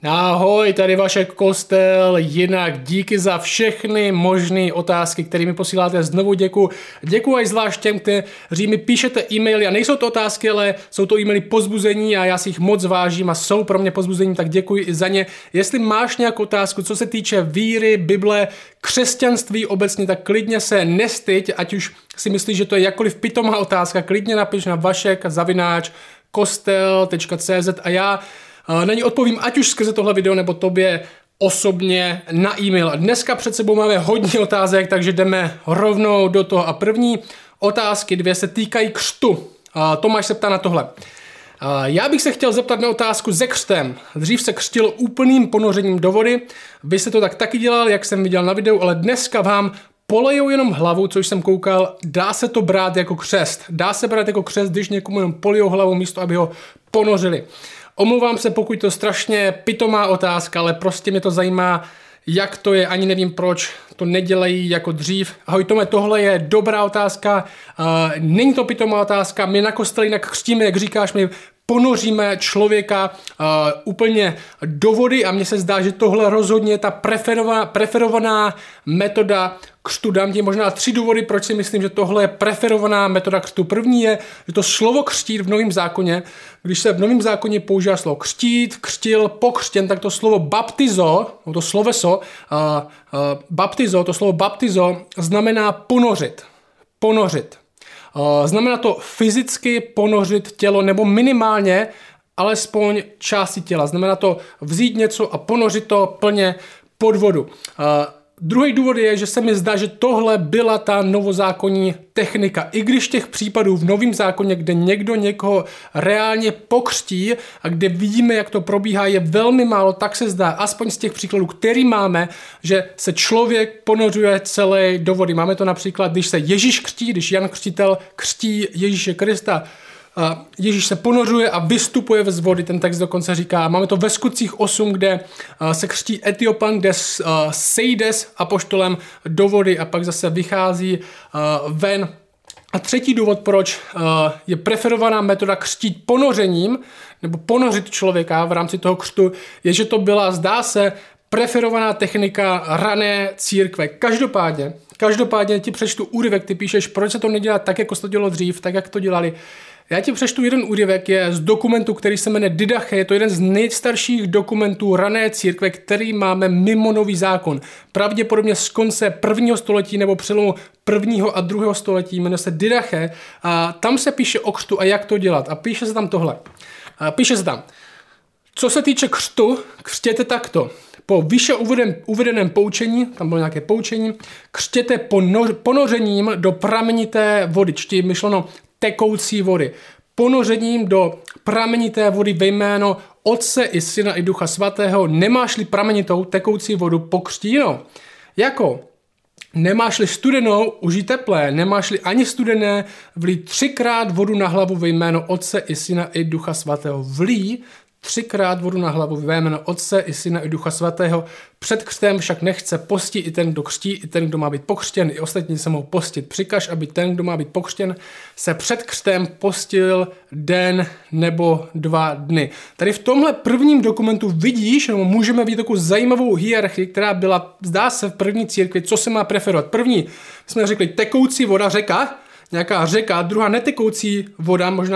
Ahoj, tady Vašek Kostel, jinak díky za všechny možné otázky, které mi posíláte, znovu děkuji. Děkuji aj zvlášť těm, kteří mi píšete e-maily a nejsou to otázky, ale jsou to e-maily pozbuzení a já si jich moc vážím a jsou pro mě pozbuzení, tak děkuji i za ně. Jestli máš nějakou otázku, co se týče víry, Bible, křesťanství obecně, tak klidně se nestyď, ať už si myslíš, že to je jakkoliv pitomá otázka, klidně napiš na vašek@kostel.cz a já na ní odpovím ať už skrze tohle video, nebo tobě osobně na e-mail. A dneska před sebou máme hodně otázek, takže jdeme rovnou do toho. A první otázky 2 se týkají křtu. Tomáš se ptá na tohle. Já bych se chtěl zeptat na otázku se křtem. Dřív se křtil úplným ponořením do vody. Vy jste to tak taky dělal, jak jsem viděl na videu, ale dneska vám polejou jenom hlavu, což jsem koukal, dá se to brát jako křest. Dá se brát jako křest, když někomu jenom polijou hlavu místo, aby ho ponořili. Omlouvám se, pokud to strašně pitomá otázka, ale prostě mě to zajímá, jak to je, ani nevím proč to nedělají jako dřív. Ahoj Tome, tohle je dobrá otázka, není to pitomá otázka, my na kostele jinak křtíme, jak říkáš, my ponoříme člověka úplně do vody a mně se zdá, že tohle rozhodně je ta preferovaná metoda křtu. Dám ti možná 3 důvody, proč si myslím, že tohle je preferovaná metoda křtu. První je, že to slovo křtít v Novém zákoně, když se v Novém zákoně používá slovo křtít, křtil, pokřtěn, tak to slovo baptizo, to sloveso, to slovo baptizo znamená ponořit. Ponořit. Znamená to fyzicky ponořit tělo nebo minimálně alespoň části těla. Znamená to vzít něco a ponořit to plně pod vodu. Druhý důvod je, že se mi zdá, že tohle byla ta novozákonní technika. I když těch případů v Novém zákoně, kde někdo někoho reálně pokřtí a kde vidíme, jak to probíhá, je velmi málo, tak se zdá, aspoň z těch příkladů, který máme, že se člověk ponořuje celý do vody. Máme to například, když se Ježíš křtí, když Jan Křtitel křtí Ježíše Krista, Ježíš se ponořuje a vystupuje z vody, ten text dokonce říká. Máme to ve Skutcích 8, kde se křtí Etiopan, kde sejde s apoštolem do vody a pak zase vychází ven. A třetí důvod, proč je preferovaná metoda křtít ponořením, nebo ponořit člověka v rámci toho křtu, je, že to byla, zdá se, preferovaná technika rané církve. Každopádně ti přečtu úryvek, ty píšeš, proč se to nedělá tak, jako se to dělalo dřív, tak, jak to dělali. Já ti přečtu jeden úryvek, je z dokumentu, který se jmenuje Didache, je to jeden z nejstarších dokumentů rané církve, který máme mimo Nový zákon. Pravděpodobně z konce 1. století nebo přelomu 1. a 2. století, jmenuje se Didache a tam se píše o křtu a jak to dělat. A píše se tam tohle. Píše se tam, co se týče křtu, křtěte takto. Po výše uvedeném poučení, tam bylo nějaké poučení, křtěte ponořením do pramenité vody, čtí myšleno tekoucí vody. Ponořením do pramenité vody ve jméno Otce i Syna i Ducha Svatého, nemáš-li pramenitou tekoucí vodu pokřtíno. Jako nemáš-li studenou, užij teplé, nemáš-li ani studené, vlí 3krát vodu na hlavu ve jméno Otce i Syna i Ducha Svatého. Vlí 3krát vodu na hlavu ve jméno Otce i Syna i Ducha Svatého. Před křtem však nechce postí i ten, kdo křtí, i ten, kdo má být pokřtěn, i ostatní se mohou postit. Přikaž, aby ten, kdo má být pokřtěn, se před křtem postil den nebo 2 dny. Tady v tomhle prvním dokumentu vidíš, nebo můžeme vidět takovou zajímavou hierarchii, která byla, zdá se, v první církvi, co se má preferovat. První, jsme řekli, tekoucí voda, řeka, nějaká řeka, druhá netekoucí voda, možná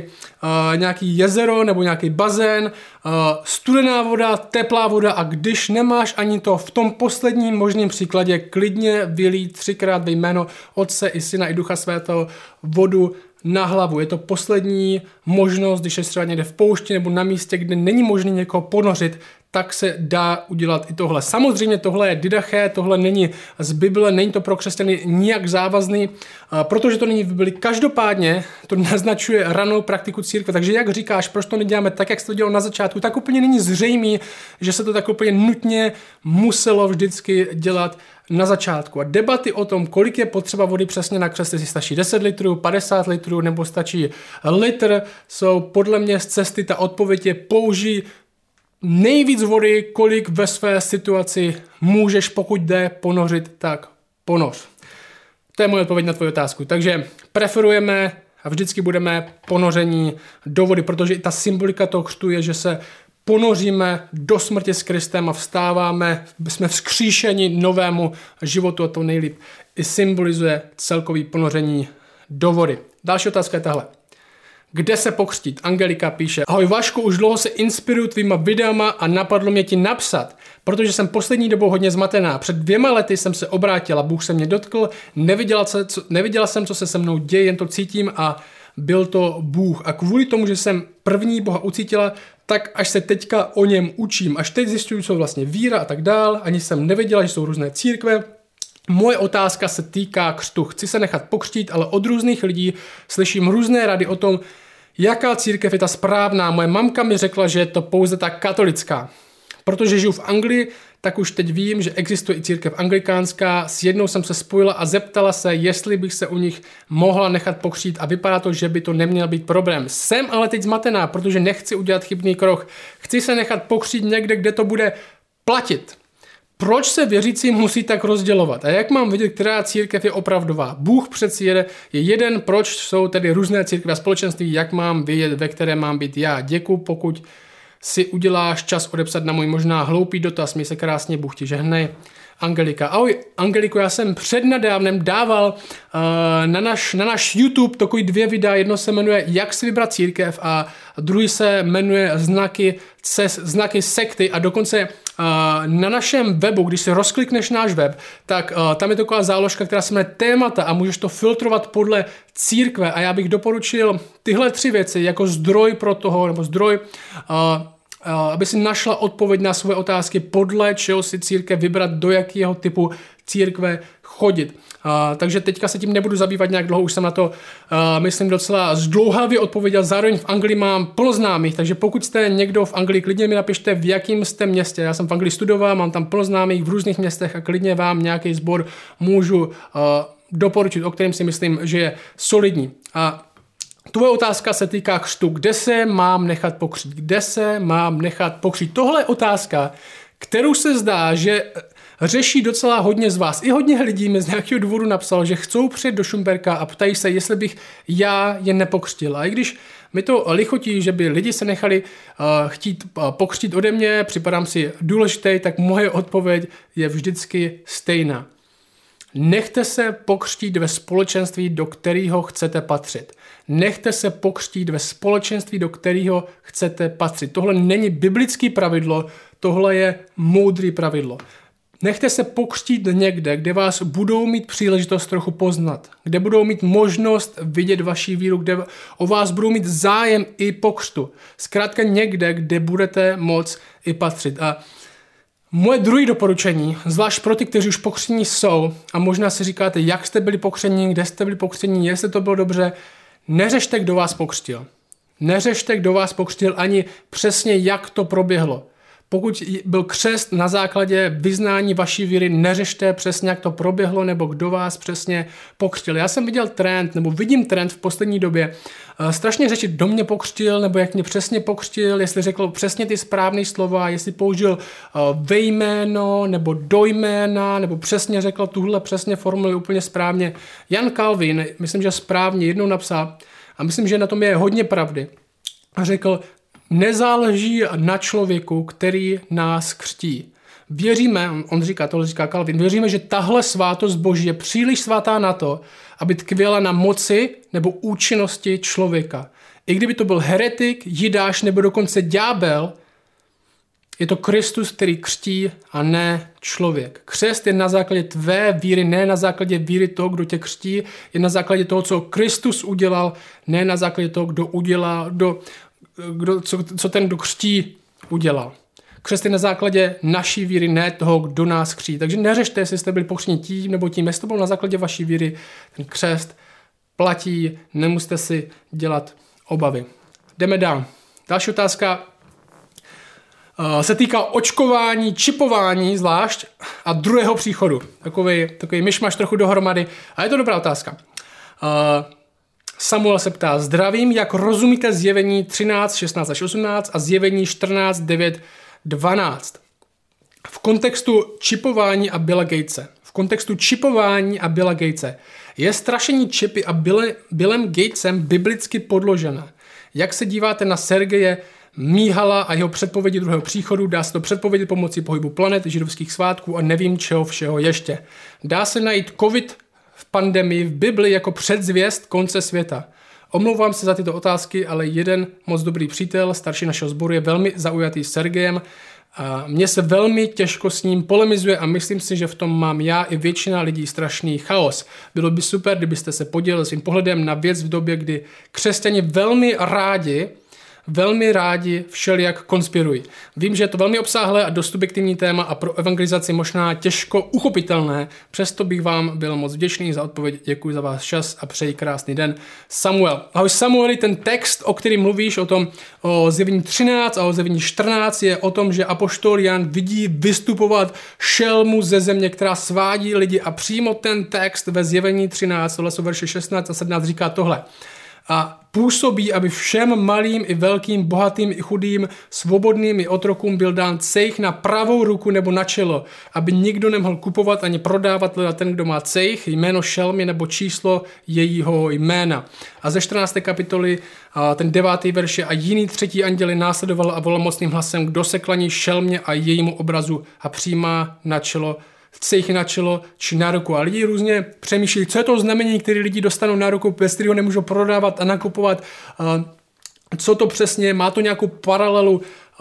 nějaký jezero nebo nějaký bazén, studená voda, teplá voda a když nemáš ani to, v tom posledním možném příkladě klidně vylít 3krát ve jméno Otce i Syna i Ducha Svatého vodu na hlavu. Je to poslední možnost, když je třeba někde v poušti nebo na místě, kde není možné někoho ponořit, tak se dá udělat i tohle. Samozřejmě tohle je didaché, tohle není z Bible, není to pro křesťany nijak závazný, protože to není v Bibli. Každopádně to naznačuje ranou praktiku církve, takže jak říkáš, proč to neděláme tak, jak se to dělalo na začátku, tak úplně není zřejmý, že se to tak úplně nutně muselo vždycky dělat na začátku. A debaty o tom, kolik je potřeba vody přesně na křest, jestli stačí 10 litrů, 50 litrů nebo stačí litr, jsou podle mě z cesty, ta odpověď je použij nejvíc vody, kolik ve své situaci můžeš, pokud jde ponořit, tak ponoř. To je moje odpověď na tvoji otázku. Takže preferujeme a vždycky budeme ponoření do vody, protože i ta symbolika toho křtu je, že se ponoříme do smrti s Kristem a vstáváme, jsme vzkříšeni novému životu a to nejlíp i symbolizuje celkový ponoření do vody. Další otázka je tahle. Kde se pokřtít? Angelika píše: Ahoj Vašku, už dlouho se inspiruju tvýma videama a napadlo mě ti napsat, protože jsem poslední dobou hodně zmatená. Před 2 lety jsem se obrátila, Bůh se mě dotkl, neviděla jsem, co se se mnou děje, jen to cítím a byl to Bůh. A kvůli tomu, že jsem první Boha ucítila, tak až se teďka o něm učím. Až teď zjišťuju, co vlastně víra a tak dál. Ani jsem nevěděla, že jsou různé církve. Moje otázka se týká křtu. Chci se nechat pokřtít, ale od různých lidí slyším různé rady o tom, jaká církev je ta správná. Moje mamka mi řekla, že je to pouze ta katolická. Protože žiju v Anglii, tak už teď vím, že existuje i církev anglikánská. S jednou jsem se spojila a zeptala se, jestli bych se u nich mohla nechat pokřtít a vypadá to, že by to neměl být problém. Jsem ale teď zmatená, protože nechci udělat chybný krok. Chci se nechat pokřtít někde, kde to bude platit. Proč se věřící musí tak rozdělovat? A jak mám vidět, která církev je opravdová? Bůh přeci je jeden, proč jsou tedy různé církve a společenství, jak mám vědět, ve které mám být já? Děkuju, pokud si uděláš čas odepsat na můj možná hloupý dotaz. Měj se krásně, Bůh ti žehnej. Angelika. Ahoj, Angeliko, já jsem přednedávnem dával na náš YouTube takový 2 videa. Jedno se jmenuje Jak si vybrat církev a druhý se jmenuje Znaky sekty a dokonce na našem webu, když si rozklikneš náš web, tak tam je taková záložka, která se jmenuje témata a můžeš to filtrovat podle církve a já bych doporučil tyhle 3 věci jako zdroj pro toho, nebo zdroj, aby si našla odpověď na své otázky, podle čeho si církev vybrat, do jakého typu církve chodit. Takže teďka se tím nebudu zabývat nějak dlouho, už jsem na to, myslím, docela zdlouhavě odpověděl. Zároveň v Anglii mám plno známých, takže pokud jste někdo v Anglii, klidně mi napište, v jakém jste městě. Já jsem v Anglii studoval, mám tam plno známých v různých městech a klidně vám nějaký sbor můžu doporučit, o kterém si myslím, že je solidní. A tvoje otázka se týká křtu. Kde se mám nechat pokřtít? Kde se mám nechat pokřtít? Tohle je otázka, kterou se zdá, že řeší docela hodně z vás. I hodně lidí mi z nějakého důvodu napsal, že chcou přijet do Šumperka a ptají se, jestli bych já je nepokřtil. A i když mi to lichotí, že by lidi se nechali chtít pokřtít ode mě, připadám si důležitý, tak moje odpověď je vždycky stejná. Nechte se pokřtít ve společenství, do kterého chcete patřit. Nechte se pokřtít ve společenství, do kterého chcete patřit. Tohle není biblické pravidlo, tohle je moudrý pravidlo. Nechte se pokřtít někde, kde vás budou mít příležitost trochu poznat, kde budou mít možnost vidět vaši víru, kde o vás budou mít zájem i po křtu. Zkrátka někde, kde budete moct i patřit. A moje druhé doporučení, zvlášť pro ty, kteří už pokřtění jsou a možná si říkáte, jak jste byli pokřtění, kde jste byli pokřtění, jestli to bylo dobře, neřešte, kdo vás pokřtil. Neřešte, kdo vás pokřtil, ani přesně, jak to proběhlo. Pokud byl křest na základě vyznání vaší víry, neřešte přesně, jak to proběhlo, nebo kdo vás přesně pokřtil. Já jsem viděl trend, nebo vidím trend v poslední době, strašně řešit, kdo mě pokřtil, nebo jak mě přesně pokřtil, jestli řekl přesně ty správné slova, jestli použil ve jméno, nebo do jména, nebo přesně řekl tuhle přesně formuli úplně správně. Jan Calvin, myslím, že správně jednou napsal, a myslím, že na tom je hodně pravdy, a řekl, nezáleží na člověku, který nás křtí. Věříme, on říká, tohle říká Calvin, věříme, že tahle svátost Boží je příliš svatá na to, aby tkvěla na moci nebo účinnosti člověka. I kdyby to byl heretik, Jidáš nebo dokonce ďábel, je to Kristus, který křtí a ne člověk. Křest je na základě tvé víry, ne na základě víry toho, kdo tě křtí, je na základě toho, co Kristus udělal, ne na základě toho, kdo udělal, co ten, kdo křtí, udělal. Křest je na základě naší víry, ne toho, kdo nás křtí. Takže neřešte, jestli jste byli pokřtěni tím nebo tím, jestli to bylo na základě vaší víry, ten křest platí, nemusíte si dělat obavy. Jdeme dál. Další otázka se týká očkování, čipování zvlášť a druhého příchodu. Takový myšmaš trochu dohromady. A je to dobrá otázka. Samuel se ptá, zdravím, jak rozumíte zjevení 13, 16 až 18 a zjevení 14, 9, 12. V kontextu čipování a Billa Gatese. Je strašení čipy a Billem Gatesem biblicky podložené? Jak se díváte na Sergeje Míhala a jeho předpovědi druhého příchodu, dá se to předpovědět pomocí pohybu planet, židovských svátků a nevím čeho všeho ještě. Dá se najít covid v pandemii v Bibli jako předzvěst konce světa. Omlouvám se za tyto otázky, ale jeden moc dobrý přítel, starší našeho sboru, je velmi zaujatý Sergejem a mně se velmi těžko s ním polemizuje a myslím si, že v tom mám já i většina lidí strašný chaos. Bylo by super, kdybyste se podělili svým pohledem na věc v době, kdy křesťani velmi rádi všelijak konspirují. Vím, že je to velmi obsáhlé a dost subjektivní téma a pro evangelizaci možná těžko uchopitelné, přesto bych vám byl moc vděčný za odpověď. Děkuji za váš čas a přeji krásný den. Samuel. Ahoj Samueli, ten text, o kterém mluvíš, o Zjevení 13 a o Zjevení 14, je o tom, že apoštol Jan vidí vystupovat šelmu ze země, která svádí lidi a přímo ten text ve Zjevení 13, tohle jsou verše 16 a 17, říká tohle. A působí, aby všem malým i velkým, bohatým i chudým, svobodným i otrokům byl dán cejch na pravou ruku nebo na čelo, aby nikdo nemohl kupovat ani prodávat leda ten, kdo má cejch, jméno šelmy nebo číslo jejího jména. A ze 14. kapitoly ten 9. verš a jiný třetí anděl následoval a volal mocným hlasem, kdo se klaní šelmě a jejímu obrazu a přijímá na čelo cejchy na čelo či na ruku. A lidi různě přemýšlí, co je to znamení, které lidi dostanou na ruku, bez kterého nemůžou prodávat a nakupovat. Co to přesně, má to nějakou paralelu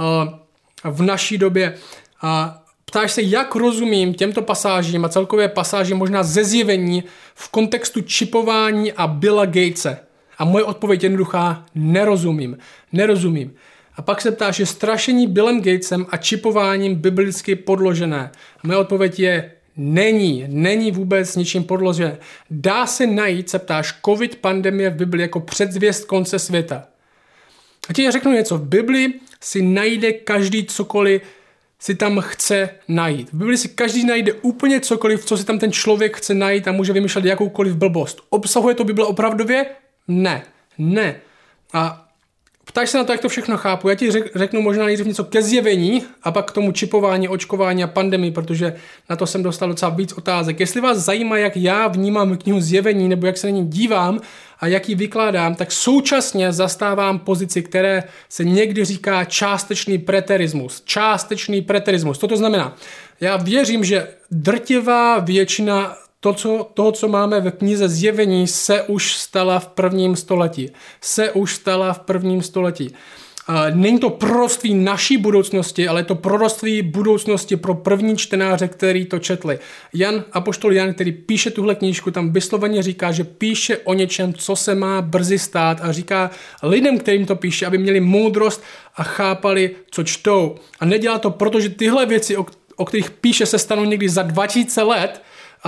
v naší době. Ptáš se, jak rozumím těmto pasážím a celkové pasáži možná ze Zjevení v kontextu čipování a Billa Gatese. A moje odpověď je jednoduchá, nerozumím. A pak se ptáš, je strašení Billem Gatesem a čipováním biblicky podložené. A moje odpověď je není vůbec ničím podložené. Dá se najít, se ptáš, covid pandemie v Bibli jako předzvěst konce světa. A ti řeknu něco, v Bibli si najde každý cokoliv si tam chce najít. V Bibli si každý najde úplně cokoliv, co si tam ten člověk chce najít a může vymýšlet jakoukoliv blbost. Obsahuje to Bible opravdově? Ne. A ptáš se na to, jak to všechno chápu. Já ti řeknu možná nejdřív něco ke Zjevení a pak k tomu čipování, očkování a pandemii, protože na to jsem dostal docela víc otázek. Jestli vás zajímá, jak já vnímám knihu Zjevení nebo jak se na ní dívám a jak ji vykládám, tak současně zastávám pozici, které se někdy říká částečný preterismus. Co to znamená? Já věřím, že drtivá většina toho, co máme ve knize Zjevení, se už stala v prvním století. Není to proroctví naší budoucnosti, ale je to proroctví budoucnosti pro první čtenáře, který to četli. Apoštol Jan, který píše tuhle knížku, tam vysloveně říká, že píše o něčem, co se má brzy stát a říká lidem, kterým to píše, aby měli moudrost a chápali, co čtou. A nedělá to, protože tyhle věci, o kterých píše, se stanou někdy za 2000 let,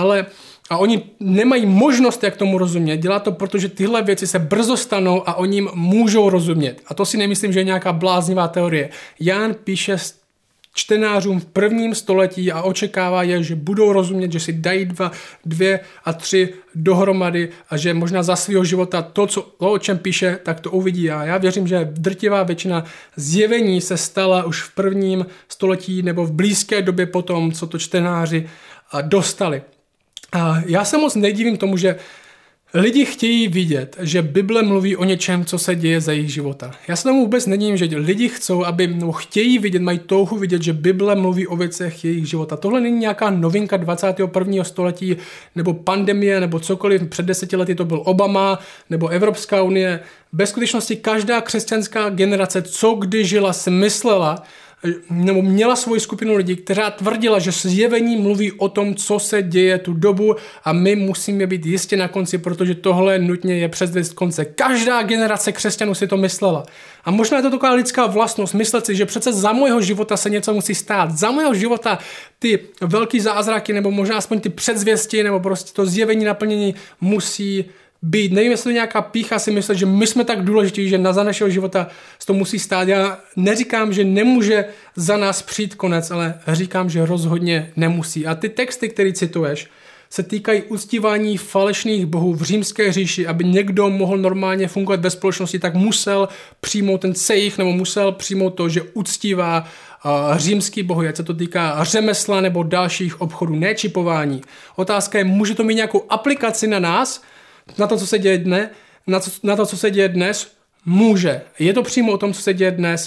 a oni nemají možnost, jak tomu rozumět. Dělá to, protože tyhle věci se brzo stanou a oni jim můžou rozumět. A to si nemyslím, že je nějaká bláznivá teorie. Jan píše čtenářům v prvním století a očekává je, že budou rozumět, že si dají 2 a 3 dohromady a že možná za svého života to, o čem píše, tak to uvidí. A já věřím, že drtivá většina zjevení se stala už v prvním století nebo v blízké době potom, co to čtenáři dostali. A já se moc nedivím tomu, že lidi chtějí vidět, že Bible mluví o něčem, co se děje za jejich života. Já se tomu vůbec nedivím, že lidi chtějí vidět, mají touhu vidět, že Bible mluví o věcech jejich života. Tohle není nějaká novinka 21. století, nebo pandemie, nebo cokoliv. Před 10 lety to byl Obama, nebo Evropská unie. Ve skutečnosti každá křesťanská generace, co kdy žila, si myslela, nebo měla svoji skupinu lidí, která tvrdila, že Zjevení mluví o tom, co se děje tu dobu a my musíme být jistě na konci, protože tohle nutně je předzvěst konce. Každá generace křesťanů si to myslela. A možná je to taková lidská vlastnost myslet si, že přece za mého života se něco musí stát. Za mého života ty velký zázraky, nebo možná aspoň ty předzvěsti, nebo prostě to zjevení naplnění musí být. Nevím, jestli to nějaká pýcha si myslet, že my jsme tak důležití, že za našeho života to musí stát. Já neříkám, že nemůže za nás přijít konec, ale říkám, že rozhodně nemusí. A ty texty, které cituješ, se týkají uctívání falešných bohů v římské říši. Aby někdo mohl normálně fungovat ve společnosti, tak musel přijmout ten cejch, nebo musel přijmout to, že uctívá římský bohy, ať se to týká řemesla nebo dalších obchodů, ne čipování. Otázka je, může to mít nějakou aplikaci na nás, na to, co se děje dnes? Může. Je to přímo o tom, co se děje dnes?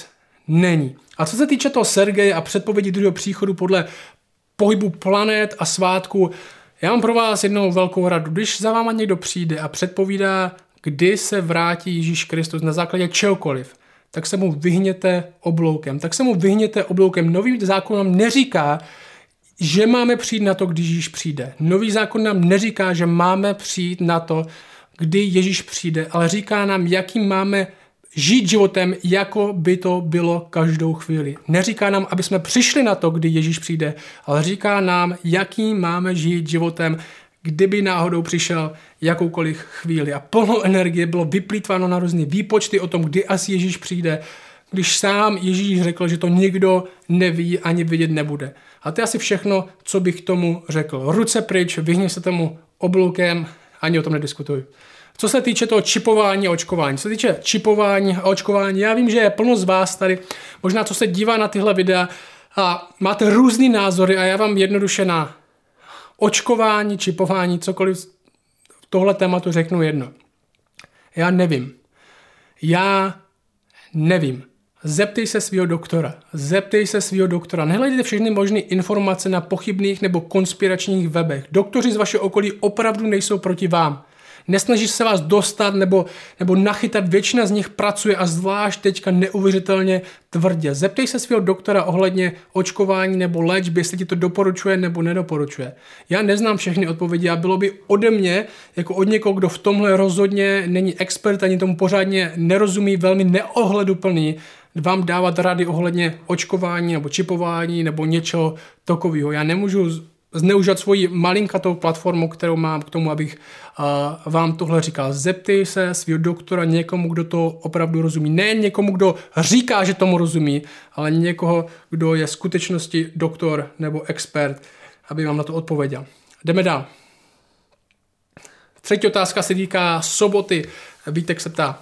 není. A co se týče toho Sergeje a předpovědi druhého příchodu podle pohybu planet a svátku, já mám pro vás jednou velkou radu. Když za váma někdo přijde a předpovídá, kdy se vrátí Ježíš Kristus na základě čehokoliv, tak se mu vyhněte obloukem. Nový zákon nám neříká, že máme přijít na to, když Ježíš přijde. Nový zákon nám neříká, že máme přijít na to, kdy Ježíš přijde, ale říká nám, jakým máme žít životem, jako by to bylo každou chvíli. Neříká nám, aby jsme přišli na to, kdy Ježíš přijde, ale říká nám, jakým máme žít životem, kdyby náhodou přišel jakoukoliv chvíli. A plno energie bylo vyplýtváno na různé výpočty o tom, kdy asi Ježíš přijde, když sám Ježíš řekl, že to nikdo neví ani vidět nebude. A to je asi všechno, co bych tomu řekl. Ruce pryč, vyhni se tomu obloukem, ani o tom nediskutuji. Co se týče toho čipování a očkování. Co se týče čipování a očkování, já vím, že je plno z vás tady, možná co se dívá na tyhle videa a máte různý názory a já vám jednoduše na očkování, čipování, cokoliv tohle tématu řeknu jedno. Já nevím. Zeptej se svého doktora. Nehledejte všechny možné informace na pochybných nebo konspiračních webech. Doktoři z vašeho okolí opravdu nejsou proti vám. Nesnaží se vás dostat nebo nachytat, většina z nich pracuje a zvlášť teďka neuvěřitelně tvrdě. Zeptej se svého doktora ohledně očkování nebo léčby, jestli ti to doporučuje nebo nedoporučuje. Já neznám všechny odpovědi a bylo by ode mě, jako od někoho, kdo v tomhle rozhodně není expert, ani tomu pořádně nerozumí, velmi neohleduplný, vám dávat rady ohledně očkování nebo čipování nebo něčeho takového. Já nemůžu zneužít svoji malinkatou platformu, kterou mám k tomu, abych vám tohle říkal. Zeptej se svého doktora, někomu, kdo to opravdu rozumí. Ne někomu, kdo říká, že tomu rozumí, ale někoho, kdo je v skutečnosti doktor nebo expert, aby vám na to odpověděl. Jdeme dál. Třetí otázka se týká soboty. Vítek se ptá.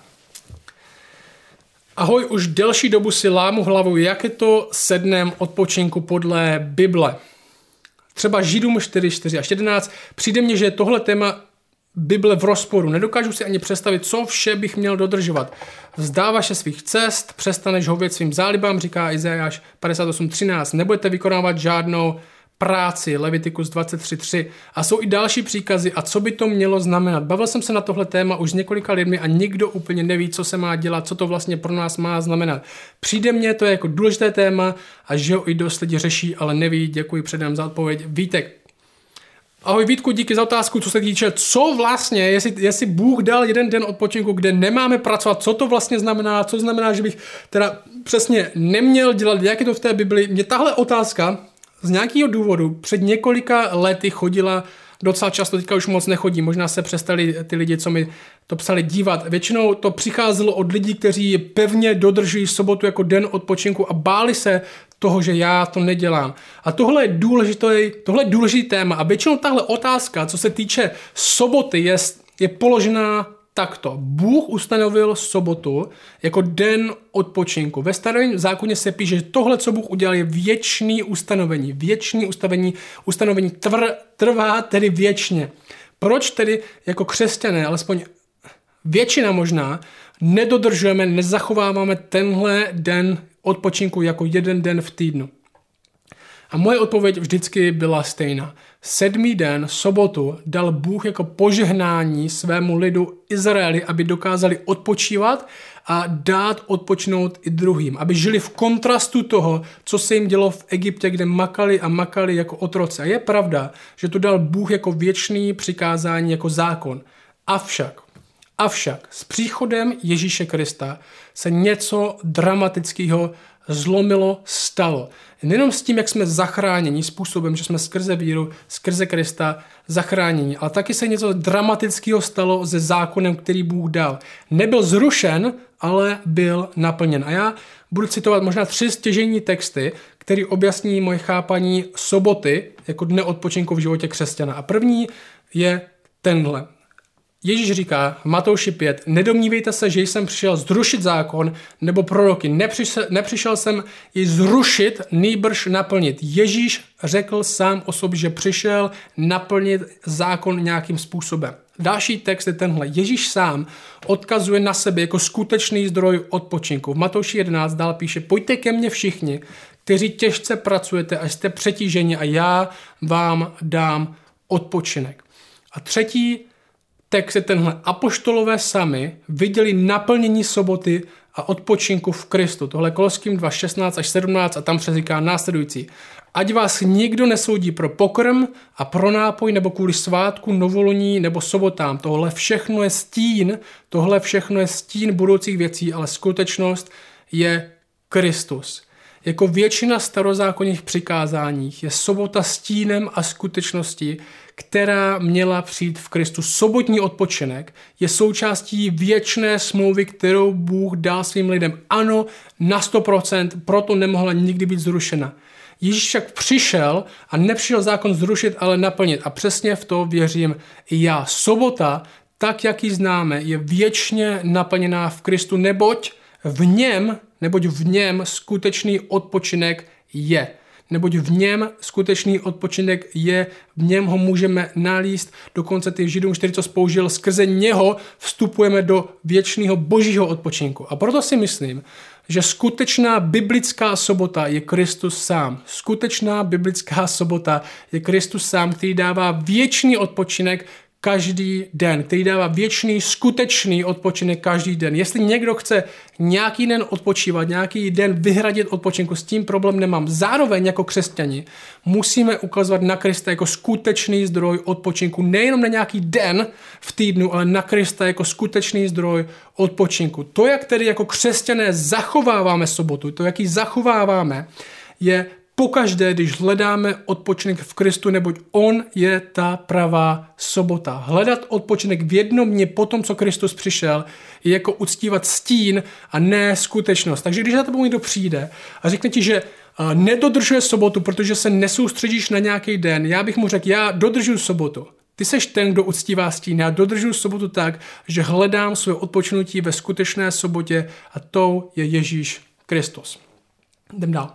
Ahoj, už delší dobu si lámu hlavu, jak je to se dnem odpočinku podle Bible. Třeba Židům 4:4 až 11. Přijde mně, že je tohle téma Bible v rozporu. Nedokážu si ani představit, co vše bych měl dodržovat. Vzdáváš se svých cest, přestaneš hovět svým zálibám, říká Izajáš 58:13. Nebudete vykonávat žádnou práci, Levitikus 23:3. A jsou i další příkazy. A co by to mělo znamenat? Bavil jsem se na tohle téma už s několika lidmi a nikdo úplně neví, co se má dělat, co to vlastně pro nás má znamenat. Přijde mně to jako důležité téma a že ho i dost lidi řeší, ale neví. Děkuji předem za odpověď. Vítek. Ahoj Vítku, díky za otázku, co se týče, co vlastně, jestli Bůh dal jeden den odpočinku, kde nemáme pracovat, co to vlastně znamená, co znamená, že bych teda přesně neměl dělat, jak je to v té Bibli. Mě tahle otázka z nějakého důvodu před několika lety chodila docela často, teďka už moc nechodí, možná se přestali ty lidi, co mi to psali, dívat. Většinou to přicházelo od lidí, kteří pevně dodržují sobotu jako den odpočinku a báli se toho, že já to nedělám. A tohle je důležitý téma a většinou tahle otázka, co se týče soboty, je položená takto. Bůh ustanovil sobotu jako den odpočinku. Ve starém zákoně se píše, že tohle, co Bůh udělal, je věčný ustanovení. Ustanovení trvá tedy věčně. Proč tedy jako křesťané, alespoň většina možná, nedodržujeme, nezachováváme tenhle den odpočinku jako jeden den v týdnu? A moje odpověď vždycky byla stejná. 7. den, sobotu, dal Bůh jako požehnání svému lidu Izraeli, aby dokázali odpočívat a dát odpočinout i druhým. Aby žili v kontrastu toho, co se jim dělo v Egyptě, kde makali jako otroci. A je pravda, že to dal Bůh jako věčný přikázání, jako zákon. Avšak s příchodem Ježíše Krista se něco dramatického zlomilo, stalo. Nejenom s tím, jak jsme zachráněni způsobem, že jsme skrze víru, skrze Krista zachráněni, ale taky se něco dramatického stalo se zákonem, který Bůh dal. Nebyl zrušen, ale byl naplněn. A já budu citovat možná 3 stěžejní texty, které objasní moje chápaní soboty jako dne odpočinku v životě křesťana. A první je tenhle. Ježíš říká v Matouši 5, nedomnívejte se, že jsem přišel zrušit zákon nebo proroky. Nepřišel jsem ji zrušit, nýbrž naplnit. Ježíš řekl sám o sobě, že přišel naplnit zákon nějakým způsobem. Další text je tenhle. Ježíš sám odkazuje na sebe jako skutečný zdroj odpočinku. V Matouši 11 dál píše, pojďte ke mně všichni, kteří těžce pracujete a jste přetíženi a já vám dám odpočinek. A třetí text je tenhle. Apoštolové sami viděli naplnění soboty a odpočinku v Kristu. Tohle Koloským 2, 16 až 17 a tam přeříká následující. Ať vás nikdo nesoudí pro pokrm a pro nápoj nebo kvůli svátku, novoluní nebo sobotám. Tohle všechno je stín budoucích věcí, ale skutečnost je Kristus. Jako většina starozákonních přikázáních je sobota stínem a skutečností, která měla přijít v Kristu. Sobotní odpočinek je součástí věčné smlouvy, kterou Bůh dal svým lidem. Ano, na 100%, proto nemohla nikdy být zrušena. Ježíš však přišel a nepřišel zákon zrušit, ale naplnit. A přesně v to věřím i já. Sobota, tak jak ji známe, je věčně naplněná v Kristu, neboť v něm skutečný odpočinek je. Neboť v něm skutečný odpočinek je, v něm ho můžeme nalíst, dokonce ty Židům 4, co použil, skrze něho vstupujeme do věčného božího odpočinku. A proto si myslím, že skutečná biblická sobota je Kristus sám. Skutečná biblická sobota je Kristus sám, který dává věčný odpočinek každý den, který dává věčný, skutečný odpočinek každý den. Jestli někdo chce nějaký den odpočívat, nějaký den vyhradit odpočinku, s tím problém nemám. Zároveň jako křesťani musíme ukazovat na Krista jako skutečný zdroj odpočinku. Nejenom na nějaký den v týdnu, ale na Krista jako skutečný zdroj odpočinku. To, jak tedy jako křesťané zachováváme sobotu, to, jak ji zachováváme, je pokaždé, když hledáme odpočinek v Kristu, neboť on je ta pravá sobota. Hledat odpočinek v jednom dni po tom, co Kristus přišel, je jako uctívat stín a ne skutečnost. Takže když za tebou někdo přijde a řekne ti, že nedodržuje sobotu, protože se nesoustředíš na nějaký den, já bych mu řekl, já dodržuji sobotu. Ty seš ten, kdo uctívá stín. Já dodržuji sobotu tak, že hledám své odpočinutí ve skutečné sobotě a tou je Ježíš Kristus. Jdem dál.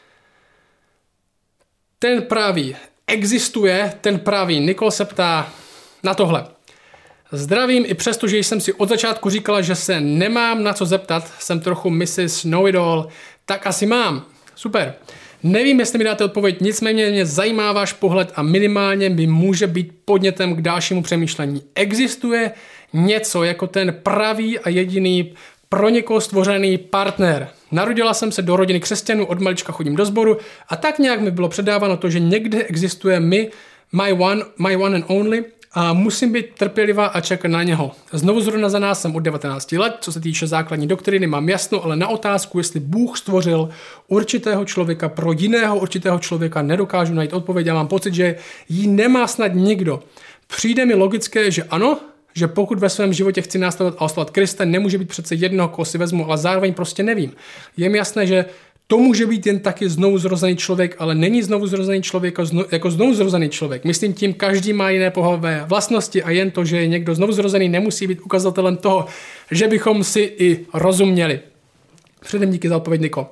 Ten pravý existuje, ten pravý. Nikol se ptá na tohle. Zdravím, i přesto, že jsem si od začátku říkala, že se nemám na co zeptat, jsem trochu Mrs. Know-it-all, tak asi mám. Super. Nevím, jestli mi dáte odpověď, nicméně mě zajímá váš pohled a minimálně by může být podnětem k dalšímu přemýšlení. Existuje něco jako ten pravý a jediný pro někoho stvořený partner. Narodila jsem se do rodiny křesťanů, od malička chodím do sboru a tak nějak mi bylo předáváno to, že někde existuje my one and only a musím být trpělivá a čekat na něho. Znovu zrozená jsem od 19 let, co se týče základní doktriny, mám jasno, ale na otázku, jestli Bůh stvořil určitého člověka pro jiného určitého člověka, nedokážu najít odpověď a mám pocit, že ji nemá snad nikdo. Přijde mi logické, že ano, že pokud ve svém životě chci následovat a oslavovat Krista, nemůže být přece jednoho, koho si vezmu, ale zároveň prostě nevím. Je mi jasné, že to může být jen taky znovu zrozený člověk, ale není znovu zrozený člověk jako znovu zrozený člověk. Myslím tím, každý má jiné pohlavové vlastnosti a jen to, že je někdo znovu zrozený, nemusí být ukazatelem toho, že bychom si i rozuměli. Předem díky za odpověď, Niko.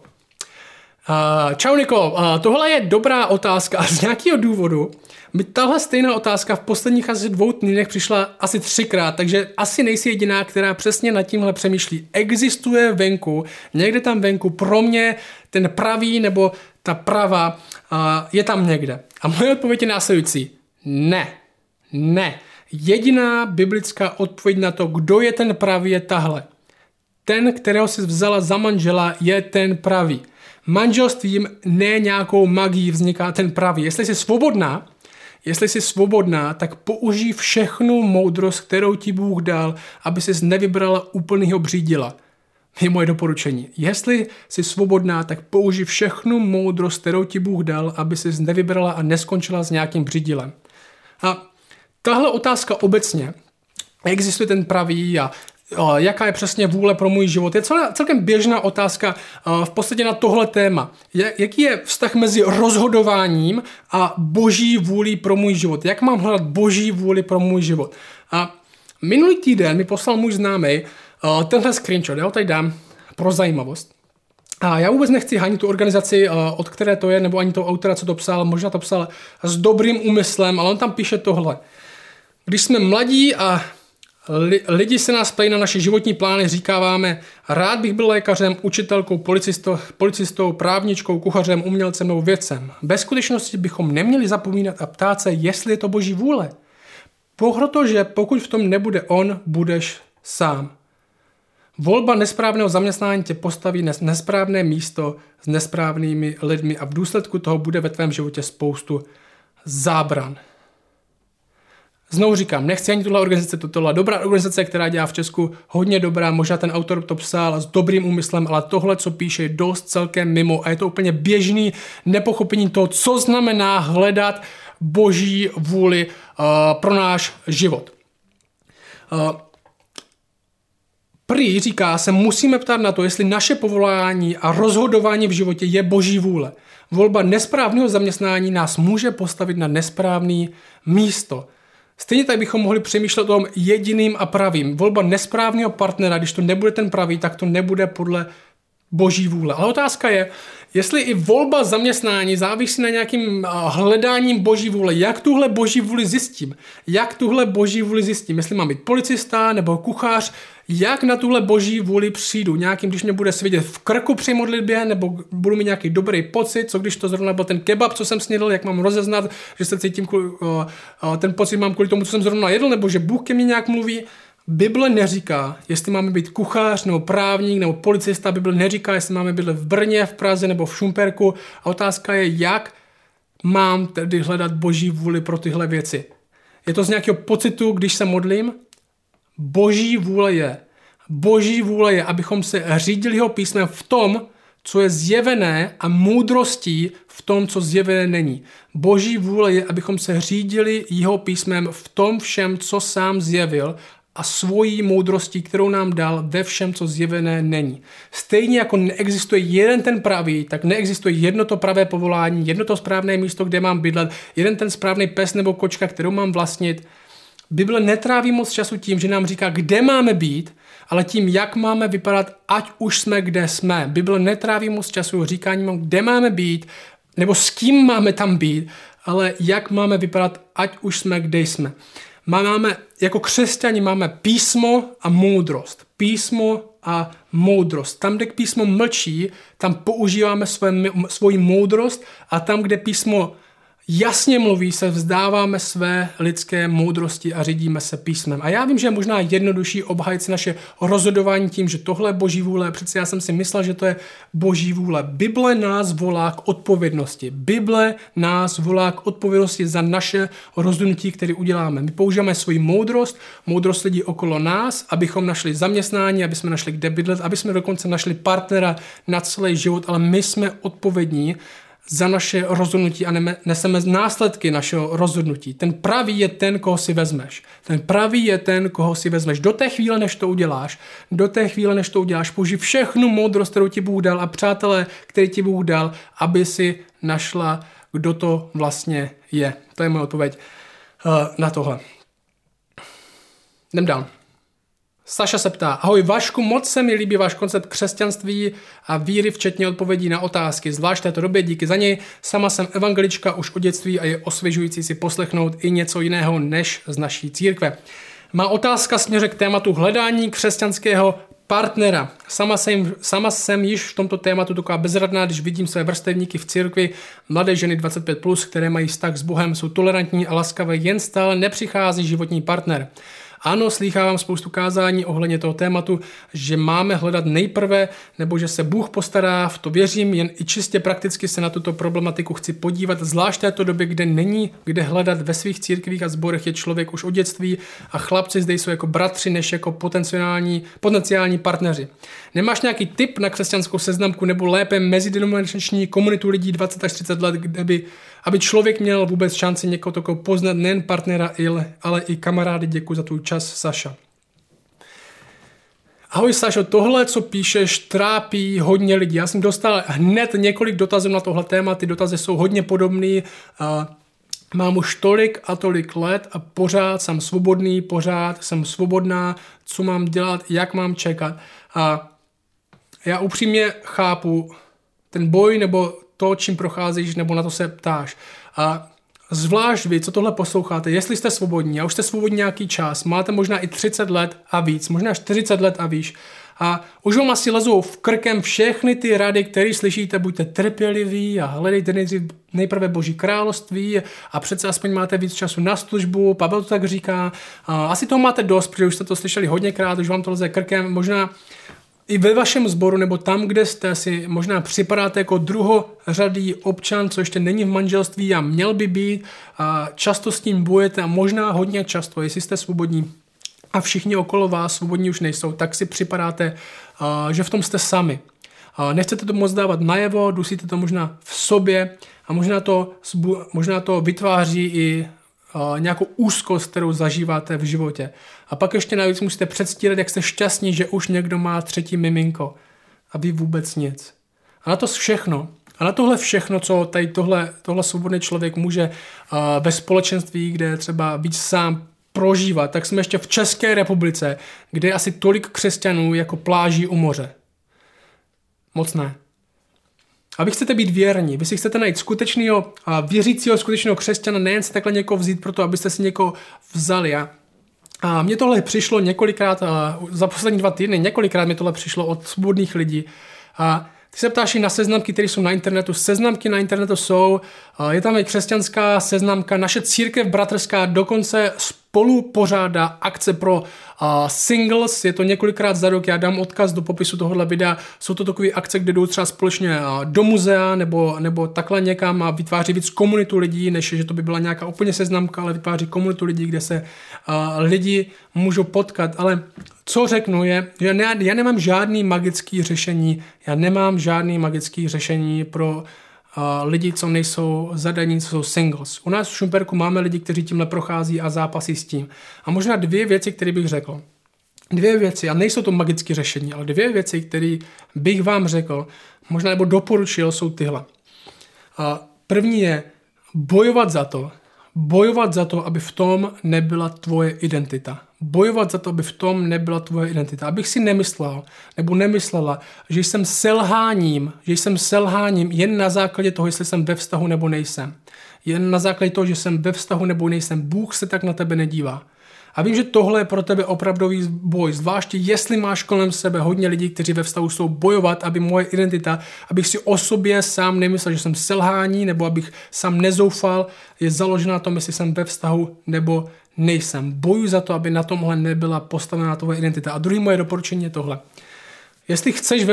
Čau, Niko. Tohle je dobrá otázka a z nějakého důvodu mi tahle stejná otázka v posledních asi 2 týdnech přišla asi 3krát, takže asi nejsi jediná, která přesně nad tímhle přemýšlí. Existuje venku, někde tam venku, pro mě ten pravý nebo ta pravá je tam někde. A moje odpověď je následující. Ne. Jediná biblická odpověď na to, kdo je ten pravý, je tahle. Ten, kterého jsi vzala za manžela, je ten pravý. Manželstvím ne nějakou magií vzniká ten pravý. Jestli jsi svobodná, tak použij všechnu moudrost, kterou ti Bůh dal, aby jsi nevybrala úplnýho břídila. Je moje doporučení. Jestli jsi svobodná, tak použij všechnu moudrost, kterou ti Bůh dal, aby jsi nevybrala a neskončila s nějakým břídilem. A tahle otázka obecně, existuje ten pravý a jaká je přesně vůle pro můj život, je celkem běžná otázka v podstatě na tohle téma. Jaký je vztah mezi rozhodováním a boží vůlí pro můj život? Jak mám hledat boží vůli pro můj život? A minulý týden mi poslal můj známý tenhle screenshot, já ho tady dám pro zajímavost. A já vůbec nechci hanit tu organizaci, od které to je, nebo ani toho autora, co to psal, možná to psal s dobrým úmyslem, ale on tam píše tohle. Když jsme mladí a lidi se nás ptají na naše životní plány, říkáváme, rád bych byl lékařem, učitelkou, policistou, právničkou, kuchařem, umělcem nebo vědcem. Bez skutečnosti bychom neměli zapomínat a ptát se, jestli je to Boží vůle. Protože pokud v tom nebude on, budeš sám. Volba nesprávného zaměstnání tě postaví na nesprávné místo s nesprávnými lidmi a v důsledku toho bude ve tvém životě spoustu zábran. Znovu říkám, nechci ani tuhle organizace, tohle dobrá organizace, která dělá v Česku hodně dobrá, možná ten autor to psal s dobrým úmyslem, ale tohle, co píše, je dost celkem mimo a je to úplně běžný nepochopení toho, co znamená hledat Boží vůli pro náš život. Prý říká, se musíme ptát na to, jestli naše povolání a rozhodování v životě je Boží vůle. Volba nesprávného zaměstnání nás může postavit na nesprávné místo. Stejně tak bychom mohli přemýšlet o tom jediným a pravým. Volba nesprávného partnera, když to nebude ten pravý, tak to nebude podle Boží vůle. Ale otázka je, jestli i volba zaměstnání závisí na nějakým hledáním Boží vůle. Jak tuhle Boží vůli zjistím? Jestli mám být policista nebo kuchař, jak na tuhle Boží vůli přijdu? Nějakým, když mě bude svědět v krku při modlitbě, nebo budu mít nějaký dobrý pocit, co když to zrovna byl ten kebab, co jsem snědl, jak mám rozeznat, že se cítím, ten pocit mám kvůli tomu, co jsem zrovna jedl, nebo že Bůh ke mně nějak mluví. Bible neříká, jestli máme být kuchař, nebo právník, nebo policista. Bible neříká, jestli máme být v Brně, v Praze, nebo v Šumperku. A otázka je, jak mám tedy hledat Boží vůli pro tyhle věci. Je to z nějakého pocitu, když se modlím? Boží vůle je, abychom se řídili jeho písmem v tom, co je zjevené a moudrostí v tom, co zjevené není. Boží vůle je, abychom se řídili jeho písmem v tom všem, co sám zjevil a svojí moudrostí, kterou nám dal ve všem, co zjevené není. Stejně jako neexistuje jeden ten pravý, tak neexistuje jedno to pravé povolání, jedno to správné místo, kde mám bydlet, jeden ten správný pes nebo kočka, kterou mám vlastnit. Bible netráví moc času tím, že nám říká, kde máme být, ale tím, jak máme vypadat, ať už jsme, kde jsme. Bible netráví moc času říkáním, kde máme být, nebo s kým máme tam být, ale jak máme vypadat, ať už jsme, kde jsme. Jako křesťani máme písmo a moudrost. Tam, kde písmo mlčí, tam používáme svoji moudrost a tam, kde písmo jasně mluví, se vzdáváme své lidské moudrosti a řídíme se písmem. A já vím, že je možná jednodušší obhájit si naše rozhodování tím, že tohle je Boží vůle. Přece já jsem si myslel, že to je Boží vůle. Bible nás volá k odpovědnosti. Za naše rozhodnutí, které uděláme. My používáme svoji moudrost lidí okolo nás, abychom našli zaměstnání, aby jsme našli kde bydlet, aby jsme dokonce našli partnera na celý život, ale my jsme odpovědní za naše rozhodnutí a neseme následky našeho rozhodnutí. Ten pravý je ten, koho si vezmeš. Do té chvíle, než to uděláš, použij všechnu moudrost, kterou ti Bůh dal a přátelé, který ti Bůh dal, aby si našla, kdo to vlastně je. To je moje odpověď na tohle. Jdem dál. Saša se ptá, ahoj Vašku, moc se mi líbí váš koncept křesťanství a víry, včetně odpovědí na otázky, zvlášť v této době, díky za něj. Sama jsem evangelička už od dětství a je osvěžující si poslechnout i něco jiného než z naší církve. Má otázka směřuje k tématu hledání křesťanského partnera. Sama jsem již v tomto tématu taková bezradná, když vidím své vrstevníky v církvi, mladé ženy 25+, které mají vztah s Bohem, jsou tolerantní a laskavé, jen stále nepřichází životní partner. Ano, slýchávám spoustu kázání ohledně toho tématu, že máme hledat nejprve, nebo že se Bůh postará, v to věřím, jen i čistě prakticky se na tuto problematiku chci podívat, zvlášť v této době, kde není kde hledat ve svých církvích a sborech je člověk už od dětství a chlapci zde jsou jako bratři, než jako potenciální partneři. Nemáš nějaký tip na křesťanskou seznamku nebo lépe mezidenominační komunitu lidí 20 až 30 let, aby člověk měl vůbec šanci někoho takového poznat, nejen partnera, ale i kamarády. Děkuji za tvůj čas, Saša. Ahoj Sašo, tohle, co píšeš, trápí hodně lidí. Já jsem dostal hned několik dotazů na tohle téma, ty dotazy jsou hodně podobný. Mám už tolik a tolik let a pořád jsem svobodný, pořád jsem svobodná, co mám dělat, jak mám čekat. A já upřímně chápu ten boj nebo to, čím procházíš, nebo na to se ptáš. A zvlášť vy, co tohle posloucháte, jestli jste svobodní a už jste svobodní nějaký čas, máte možná i 30 let a víc, možná 40 let a víc, a už vám asi lezou v krkem všechny ty rady, které slyšíte, buďte trpěliví a hledejte nejprve Boží království a přece aspoň máte víc času na službu, Pavel to tak říká. Asi toho máte dost, protože už jste to slyšeli hodněkrát, už vám to leze krkem, možná i ve vašem sboru nebo tam, kde jste, si možná připadáte jako druhořadý občan, co ještě není v manželství a měl by být, a často s tím bojujete a možná hodně často, jestli jste svobodní a všichni okolo vás svobodní už nejsou, tak si připadáte, že v tom jste sami. Nechcete to moc dávat najevo, dusíte to možná v sobě a možná to vytváří i nějakou úzkost, kterou zažíváte v životě. A pak ještě navíc musíte předstírat, jak jste šťastní, že už někdo má třetí miminko a vy vůbec nic. A na to všechno, a na tohle všechno, co tady tohle svobodný člověk může ve společenství, kde třeba víc sám prožívat, tak jsme ještě v České republice, kde je asi tolik křesťanů jako pláží u moře. Moc ne. A vy chcete být věrní, vy si chcete najít skutečného věřícího, skutečného křesťana, nejen si takhle někoho vzít proto, abyste si někoho vzali. A mně tohle přišlo několikrát, za poslední 2 týdny, několikrát mi tohle přišlo od svobodných lidí. A ty se ptáš i na seznamky, které jsou na internetu. Seznamky na internetu jsou, je tam i křesťanská seznamka, naše církev bratrská dokonce spolu pořádá akce pro singles, je to několikrát za rok, já dám odkaz do popisu tohohle videa, jsou to takové akce, kde jdou třeba společně do muzea nebo takhle někam a vytváří víc komunitu lidí, než že to by byla nějaká úplně seznamka, ale vytváří komunitu lidí, kde se lidi můžou potkat, ale co řeknu je, že já nemám žádný magický řešení, pro lidi, co nejsou zadaní, co jsou singles. U nás v Šumperku máme lidi, kteří tímhle prochází a zápasí s tím. A možná 2 věci, které bych řekl. 2 věci, a nejsou to magické řešení, ale 2 věci, které bych vám řekl, možná nebo doporučil, jsou tyhle. První je bojovat za to, aby v tom nebyla tvoje identita. Bojovat za to, aby v tom nebyla tvoje identita. Abych si nemyslel nebo nemyslela, že jsem selháním jen na základě toho, jestli jsem ve vztahu nebo nejsem. Jen na základě toho, že jsem ve vztahu nebo nejsem. Bůh se tak na tebe nedívá. A vím, že tohle je pro tebe opravdový boj, zvláště jestli máš kolem sebe hodně lidí, kteří ve vztahu jsou bojovat, aby moje identita, abych si o sobě sám nemyslel, že jsem selhání, nebo abych sám nezoufal, je založena na tom, jestli jsem ve vztahu nebo nejsem. Bojuji za to, aby na tomhle nebyla postavená tvoje identita. A druhý moje doporučení je tohle. Jestli chceš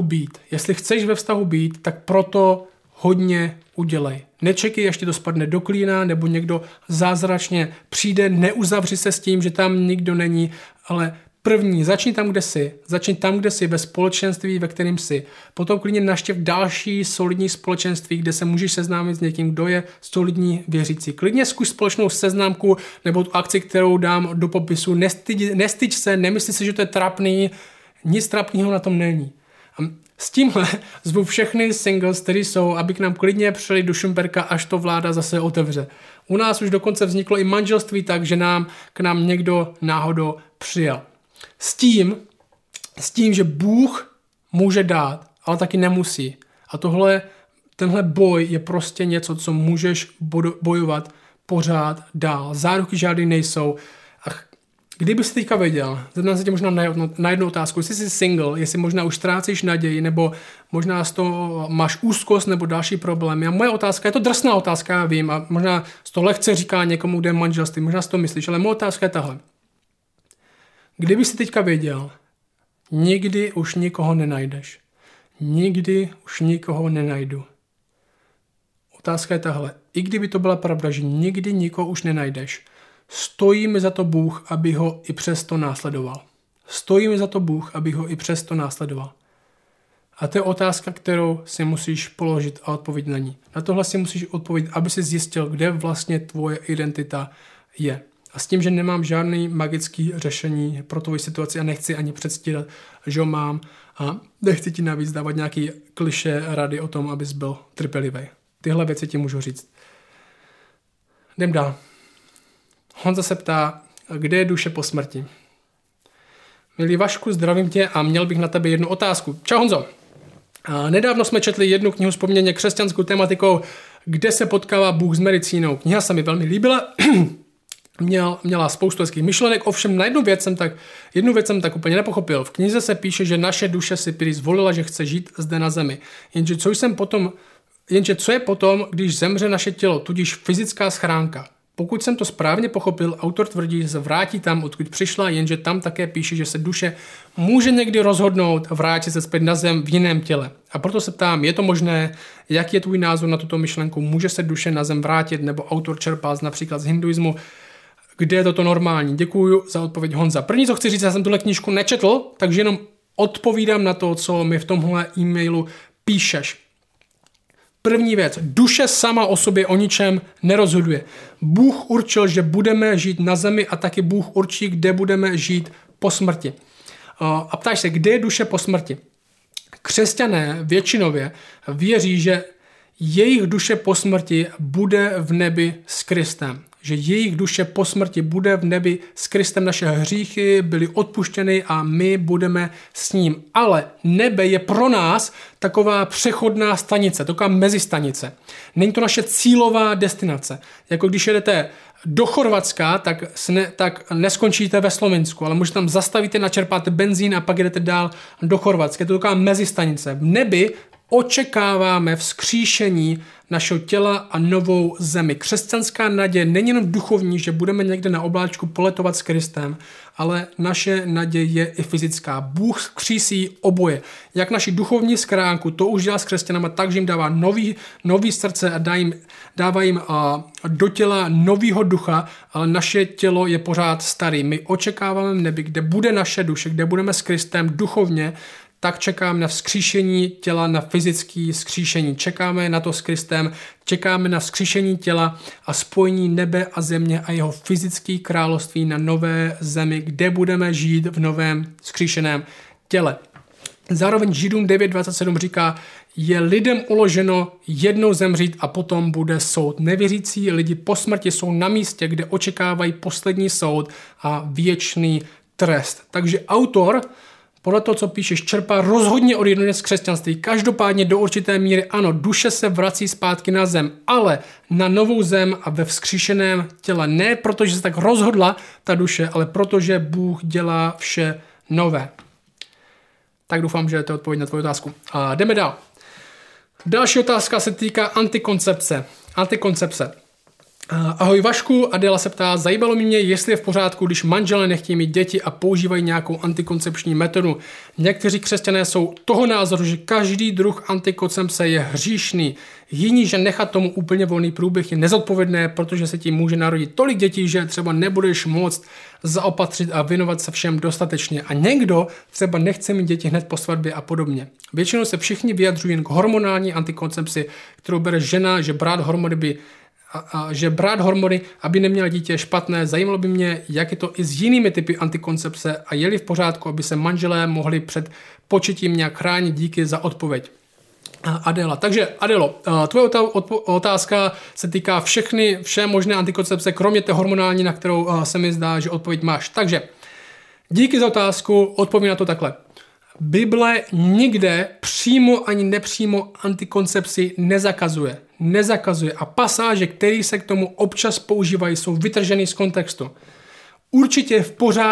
ve vztahu být, tak proto hodně udělej. Nečekej, až ti to spadne do klína, nebo někdo zázračně přijde, neuzavři se s tím, že tam nikdo není, ale první, začni tam, kde jsi, ve společenství, ve kterém jsi. Potom klidně navštěv další solidní společenství, kde se můžeš seznámit s někým, kdo je solidní věřící. Klidně zkuš společnou seznamku nebo tu akci, kterou dám do popisu. Nestyď se, nemysli si, že to je trapný, nic trapného na tom není. S tímhle zvu všechny singles, kteří jsou, aby k nám klidně přišli do Šumperka, až to vláda zase otevře. U nás už dokonce vzniklo i manželství, takže k nám někdo náhodou přijel. S tím, že Bůh může dát, ale taky nemusí. A tenhle boj je prostě něco, co můžeš bojovat pořád dál. Záruky žádný nejsou. Kdybyste teďka věděl, zeptám se tě možná na jednu otázku, jestli jsi single, jestli možná už ztrácíš naději, nebo možná z toho máš úzkost nebo další problémy. A moje otázka, je to drsná otázka, já vím, a možná z toho lehce říká někomu, kde je manželství, možná si to myslíš, ale moje otázka je tahle. Kdyby jsi teďka věděl, nikdy už nikoho nenajdeš. Nikdy už nikoho nenajdu. Otázka je tahle. I kdyby to byla pravda, že nikdy nikoho už nenajdeš, stojí mi za to Bůh, aby ho i přesto následoval. A to je otázka, kterou si musíš položit a odpovědět na ní. Na tohle si musíš odpovědět, aby si zjistil, kde vlastně tvoje identita je. A s tím, že nemám žádný magický řešení pro tvoji situaci a nechci ani předstírat, že ho mám a nechci ti navíc dávat nějaký klišé rady o tom, abys byl trpělivý. Tyhle věci ti můžu říct. Jdem dál. Honza se ptá, kde je duše po smrti. Milý Vašku, zdravím tě a měl bych na tebe jednu otázku. Čau Honzo. Nedávno jsme četli jednu knihu s poměrně křesťanskou tematikou, Kde se potkává Bůh s medicínou? Kniha se mi velmi líbila. Měla spoustu hezkých myšlenek, ovšem na jednu věc jsem tak úplně nepochopil. V knize se píše, že naše duše si prý zvolila, že chce žít zde na zemi. Jenže co je potom, když zemře naše tělo, tudíž fyzická schránka? Pokud jsem to správně pochopil, autor tvrdí, že se vrátí tam, odkud přišla, jenže tam také píše, že se duše může někdy rozhodnout vrátit se zpět na zem v jiném těle. A proto se ptám, je to možné? Jaký je tvůj názor na tuto myšlenku? Může se duše na zem vrátit? Nebo autor čerpá například z hinduismu? Kde je toto normální? Děkuju za odpověď, Honza. První, co chci říct, já jsem tuhle knížku nečetl, takže jenom odpovídám na to, co mi v tomhle e-mailu píšeš. První věc, duše sama o sobě o ničem nerozhoduje. Bůh určil, že budeme žít na zemi a taky Bůh určí, kde budeme žít po smrti. A ptáš se, kde je duše po smrti? Křesťané většinově věří, že jejich duše po smrti bude v nebi s Kristem. Že jejich duše po smrti bude v nebi s Kristem, naše hříchy byly odpuštěny a my budeme s ním. Ale nebe je pro nás taková přechodná stanice, taková mezistanice. Není to naše cílová destinace. Jako když jedete do Chorvatska, tak neskončíte ve Slovinsku, ale můžete tam zastavíte, načerpáte benzín a pak jedete dál do Chorvatska. Je to taková mezistanice. V nebi očekáváme vzkříšení našeho těla a novou zemi. Křesťanská naděje není jenom duchovní, že budeme někde na obláčku poletovat s Kristem, ale naše naděje je i fyzická. Bůh vzkřísí oboje. Jak naši duchovní schránku, to už dělá s křesťanama tak, že jim dává nový srdce a dává jim do těla novýho ducha, ale naše tělo je pořád starý. My očekáváme v nebi, kde bude naše duše, kde budeme s Kristem duchovně, tak čekáme na vzkříšení těla, na fyzické vzkříšení. Čekáme na to s Kristem, čekáme na vzkříšení těla a spojení nebe a země a jeho fyzické království na nové zemi, kde budeme žít v novém vzkříšeném těle. Zároveň Židům 9.27 říká, je lidem uloženo jednou zemřít a potom bude soud. Nevěřící lidi po smrti jsou na místě, kde očekávají poslední soud a věčný trest. Takže autor podle toho, co píšeš, čerpá rozhodně od jednoho z křesťanství. Každopádně do určité míry ano, duše se vrací zpátky na zem, ale na novou zem a ve vzkříšeném těle. Ne protože se tak rozhodla ta duše, ale protože Bůh dělá vše nové. Tak doufám, že to je odpověď na tvoji otázku. A jdeme dál. Další otázka se týká antikoncepce. Ahoj Vašku, Adela se ptá, zajímalo mě, jestli je v pořádku, když manželé nechtějí mít děti a používají nějakou antikoncepční metodu. Někteří křesťané jsou toho názoru, že každý druh antikoncepce je hříšný. Jiní, že nechat tomu úplně volný průběh je nezodpovědné, protože se tím může narodit tolik dětí, že třeba nebudeš moct zaopatřit a věnovat se všem dostatečně. A někdo třeba nechce mít děti hned po svatbě a podobně. Většinou se všichni vyjadřují jen k hormonální antikoncepci, kterou bere žena, že brát hormony, aby neměla dítě, je špatné. Zajímalo by mě, jak je to i s jinými typy antikoncepce a je-li v pořádku, aby se manželé mohli před početím nějak chránit. Díky za odpověď. Adela. Takže Adelo, tvoje otázka se týká vše možné antikoncepce, kromě té hormonální, na kterou se mi zdá, že odpověď máš. Takže díky za otázku, odpovím na to takhle. Bible nikde přímo ani nepřímo antikoncepci nezakazuje a pasáže, které se k tomu občas používají, jsou vytrženy z kontextu. Určitě je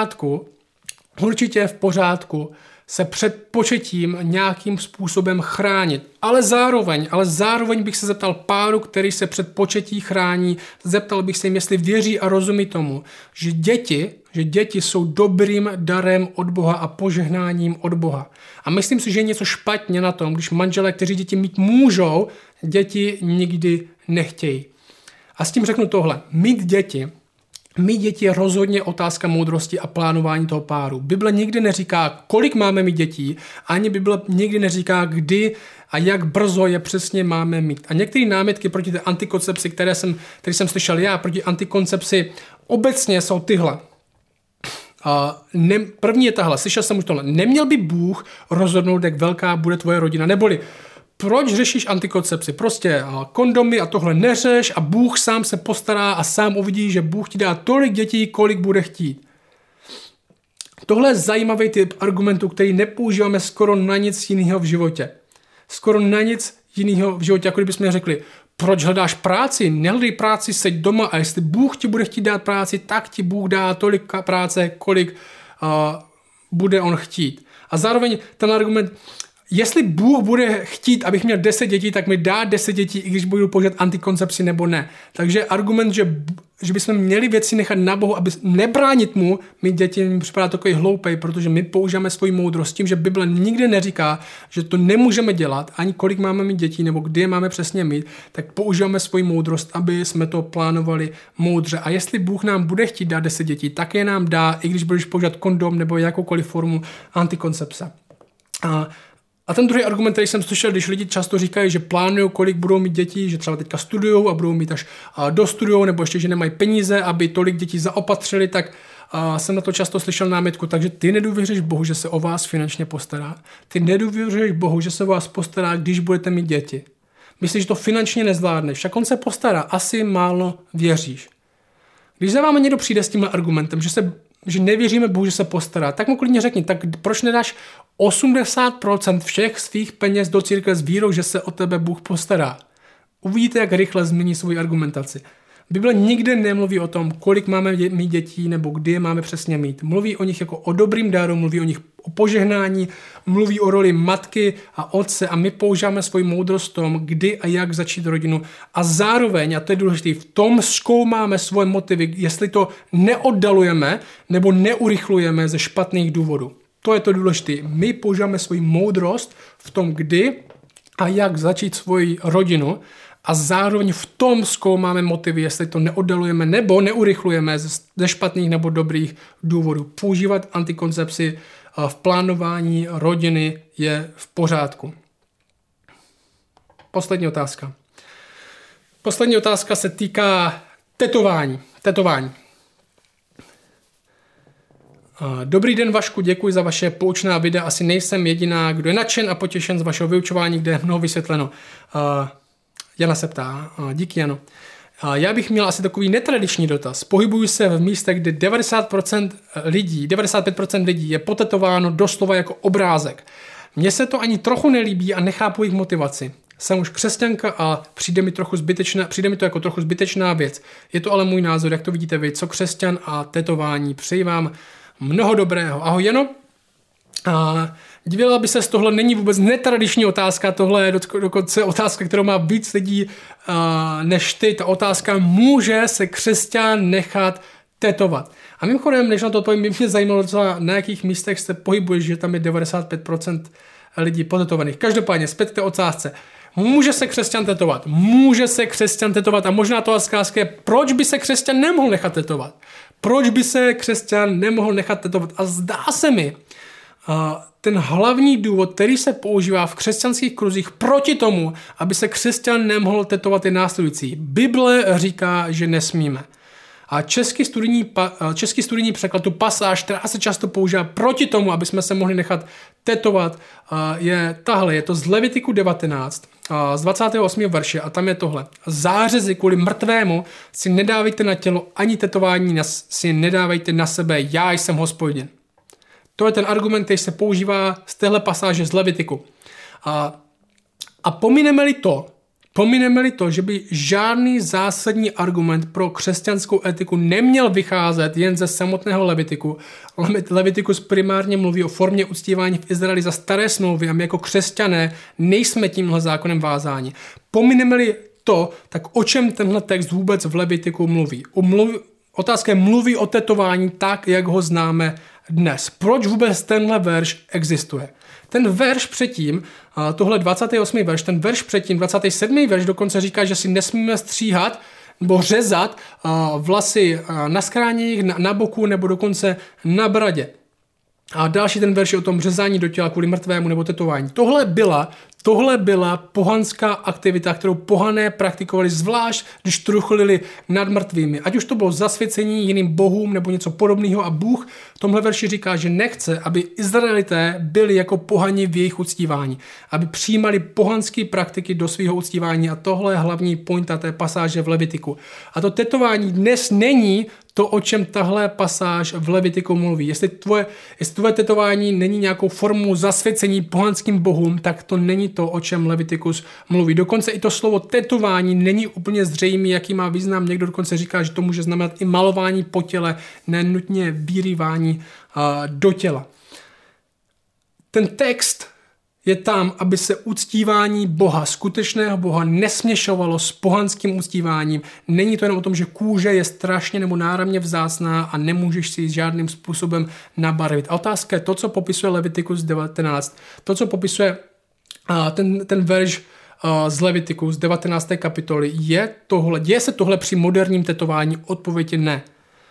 v pořádku se před početím nějakým způsobem chránit. Ale zároveň bych se zeptal páru, který se před početí chrání, zeptal bych se jim, jestli věří a rozumí tomu, že děti jsou dobrým darem od Boha a požehnáním od Boha. A myslím si, že je něco špatně na tom, když manželé, kteří děti mít můžou, děti nikdy nechtějí. A s tím řeknu tohle. Mít děti je rozhodně otázka moudrosti a plánování toho páru. Bible nikdy neříká, kolik máme mít dětí, ani Bible nikdy neříká, kdy a jak brzo je přesně máme mít. A některé námitky proti té antikoncepci, které jsem slyšel já, proti antikoncepci obecně jsou tyhle. První je tahle, slyšel jsem už tohle. Neměl by Bůh rozhodnout, jak velká bude tvoje rodina, neboli proč řešíš antikoncepci? Prostě kondomy a tohle neřeš a Bůh sám se postará a sám uvidí, že Bůh ti dá tolik dětí, kolik bude chtít. Tohle je zajímavý typ argumentu, který nepoužíváme skoro na nic jiného v životě. Jako kdybychom řekli, Proč hledáš práci? Nehledej práci, seď doma a jestli Bůh ti bude chtít dát práci, tak ti Bůh dá tolik práce, kolik bude on chtít. A zároveň ten argument, jestli Bůh bude chtít, abych měl 10 dětí, tak mi dá 10 dětí, i když budu používat antikoncepci nebo ne. Takže argument, že bychom měli věci nechat na Bohu, aby nebránit mu mít děti, mi připadá takový hloupej, protože my používáme svoji moudrost tím, že Bible nikde neříká, že to nemůžeme dělat, ani kolik máme mít dětí, nebo kdy je máme přesně mít, tak používáme svoji moudrost, aby jsme to plánovali moudře. A jestli Bůh nám bude chtít dát 10 dětí, tak je nám dá, i když budeš používat kondom nebo jakoukoliv formu antikoncepce. A ten druhý argument, který jsem slyšel, když lidi často říkají, že plánují, kolik budou mít dětí, že třeba teďka studujou a budou mít až dostudujou, nebo ještě, že nemají peníze, aby tolik dětí zaopatřili, tak jsem na to často slyšel námitku. Takže ty nedůvěříš Bohu, že se o vás finančně postará. Ty nedůvěříš Bohu, že se o vás postará, když budete mít děti. Myslíš, že to finančně nezvládneš, však on se postará, asi málo věříš. Když za vámi někdo přijde s tímhle argumentem, že nevěříme Bohu, že se postará, tak mu klidně řekni, tak proč nedáš 80% všech svých peněz do církve s vírou, že se o tebe Bůh postará. Uvidíte, jak rychle změní svou argumentaci. Bible nikde nemluví o tom, kolik máme mít dětí nebo kdy je máme přesně mít. Mluví o nich jako o dobrým daru, mluví o nich o požehnání, mluví o roli matky a otce a my používáme svoji moudrost v tom, kdy a jak začít rodinu. A zároveň, a to je důležité, v tom zkoumáme svoje motivy, jestli to neoddalujeme nebo neurychlujeme ze špatných důvodů. To je to důležité. My používáme svoji moudrost v tom, kdy a jak začít svoji rodinu a zároveň v tom zkoumáme motivy, jestli to neoddalujeme nebo neurychlujeme ze špatných nebo dobrých důvodů. Používat antikoncepci v plánování rodiny je v pořádku. Poslední otázka. Poslední otázka se týká tetování. Dobrý den, Vašku, děkuji za vaše poučná videa. Asi nejsem jediná, kdo je nadšen a potěšen z vašeho vyučování, kde je mnoho vysvětleno. Jana se ptá. Díky, Jano. Já bych měl asi takový netradiční dotaz. Pohybuju se v místech, kde 95% lidí je potetováno doslova jako obrázek. Mně se to ani trochu nelíbí a nechápu jejich motivaci. Jsem už křesťanka a přijde mi to jako trochu zbytečná věc. Je to ale můj názor, jak to vidíte vy, co křesťan a tetování. Přeji vám mnoho dobrého. Ahoj, Jano. Divila by se, tohle není vůbec netradiční otázka, tohle je dokonce otázka, kterou má víc lidí než ty. Ta otázka, může se křesťan nechat tetovat? A mimochodem, než na to odpovím, by mě zajímalo docela, na jakých místech se pohybuješ, že tam je 95% lidí potetovaných. Každopádně, zpět k té otázce. Může se křesťan tetovat? Může se křesťan tetovat? A možná to otázka je, proč by se křesťan nemohl nechat tetovat? Proč by se křesťan nemohl nechat tetovat? A zdá se mi, ten hlavní důvod, který se používá v křesťanských kruzích proti tomu, aby se křesťan nemohl tetovat, je následující. Bible říká, že nesmíme. A český studijní překlad, tu pasáž, která se často používá proti tomu, aby jsme se mohli nechat tetovat, je tahle. Je to z Levitiku 19, z 28. verše a tam je tohle. Zářezy kvůli mrtvému si nedávejte na tělo, ani tetování si nedávejte na sebe, já jsem Hospodin. To je ten argument, který se používá z téhle pasáže z Levitiku. A pomineme-li to, že by žádný zásadní argument pro křesťanskou etiku neměl vycházet jen ze samotného Levitiku. Levitikus primárně mluví o formě uctívání v Izraeli za staré smlouvy a my jako křesťané nejsme tímhle zákonem vázáni. Pomineme-li to, tak o čem tenhle text vůbec v Levitiku mluví? Otázka je, mluví o tetování tak, jak ho známe dnes. Proč vůbec tenhle verš existuje? Ten verš předtím, tohle 28. verš, ten verš předtím, 27. verš dokonce říká, že si nesmíme stříhat nebo řezat vlasy na skráních, na boku nebo dokonce na bradě. A další ten verš je o tom řezání do těla kvůli mrtvému nebo tetování. Tohle byla pohanská aktivita, kterou pohané praktikovali zvlášť, když truchlili nad mrtvými. Ať už to bylo zasvěcení jiným bohům nebo něco podobného a Bůh v tomhle verši říká, že nechce, aby Izraelité byli jako pohani v jejich uctívání, aby přijímali pohanské praktiky do svého uctívání a tohle je hlavní pointa té pasáže v Levitiku. A to tetování dnes není to, o čem tahle pasáž v Levitiku mluví. Jestli tvoje tetování není nějakou formou zasvěcení pohanským bohům, tak to není to, o čem Levitikus mluví. Dokonce i to slovo tetování není úplně zřejmé, jaký má význam. Někdo dokonce říká, že to může znamenat i malování po těle, nenutně vyrývání do těla. Ten text je tam, aby se uctívání Boha, skutečného Boha, nesměšovalo s pohanským uctíváním. Není to jen o tom, že kůže je strašně nebo náramně vzácná a nemůžeš si ji žádným způsobem nabarvit. A otázka je to, co popisuje Levitikus 19, to, co popisuje ten verš z Levitikus 19. kapitoly, děje se tohle při moderním tetování? Odpověď je ne.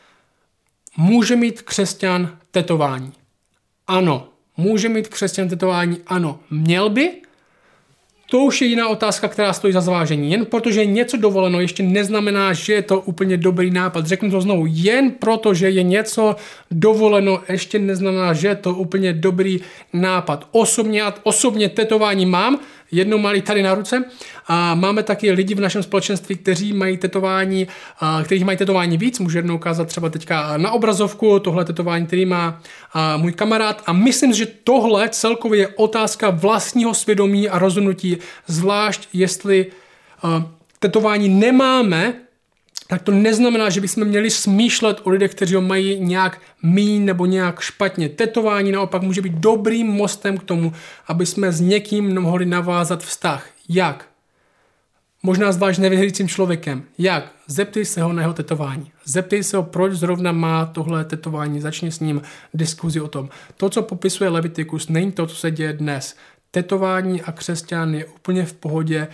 Může mít křesťan tetování? Ano. Může mít křesťan tetování? Ano. Měl by? To už je jiná otázka, která stojí za zvážení. Jen protože je něco dovoleno, ještě neznamená, že je to úplně dobrý nápad. Řeknu to znovu. Jen protože je něco dovoleno, ještě neznamená, že je to úplně dobrý nápad. Osobně tetování mám, jednou malý tady na ruce. A máme taky lidi v našem společenství, kteří mají tetování víc. Můžu jednou ukázat třeba teďka na obrazovku tohle tetování, který má můj kamarád. A myslím, že tohle celkově je otázka vlastního svědomí a rozhodnutí, zvlášť jestli tetování nemáme, tak to neznamená, že bychom měli smýšlet o lidech, kteří ho mají nějak míň nebo nějak špatně. Tetování naopak může být dobrým mostem k tomu, aby jsme s někým mohli navázat vztah. Jak? Možná zvlášť nevěřícím člověkem. Jak? Zeptej se ho na jeho tetování. Zeptej se ho, proč zrovna má tohle tetování. Začni s ním diskuzi o tom. To, co popisuje Levitikus, není to, co se děje dnes. Tetování a křesťan je úplně v pohodě.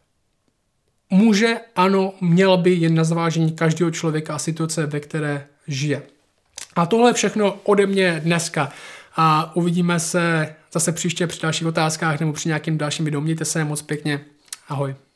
Může, ano, měl by jen na zvážení každého člověka a situace, ve které žije. A tohle je všechno ode mě dneska. A uvidíme se zase příště při dalších otázkách nebo při nějakým dalším videu. Mějte se moc pěkně. Ahoj.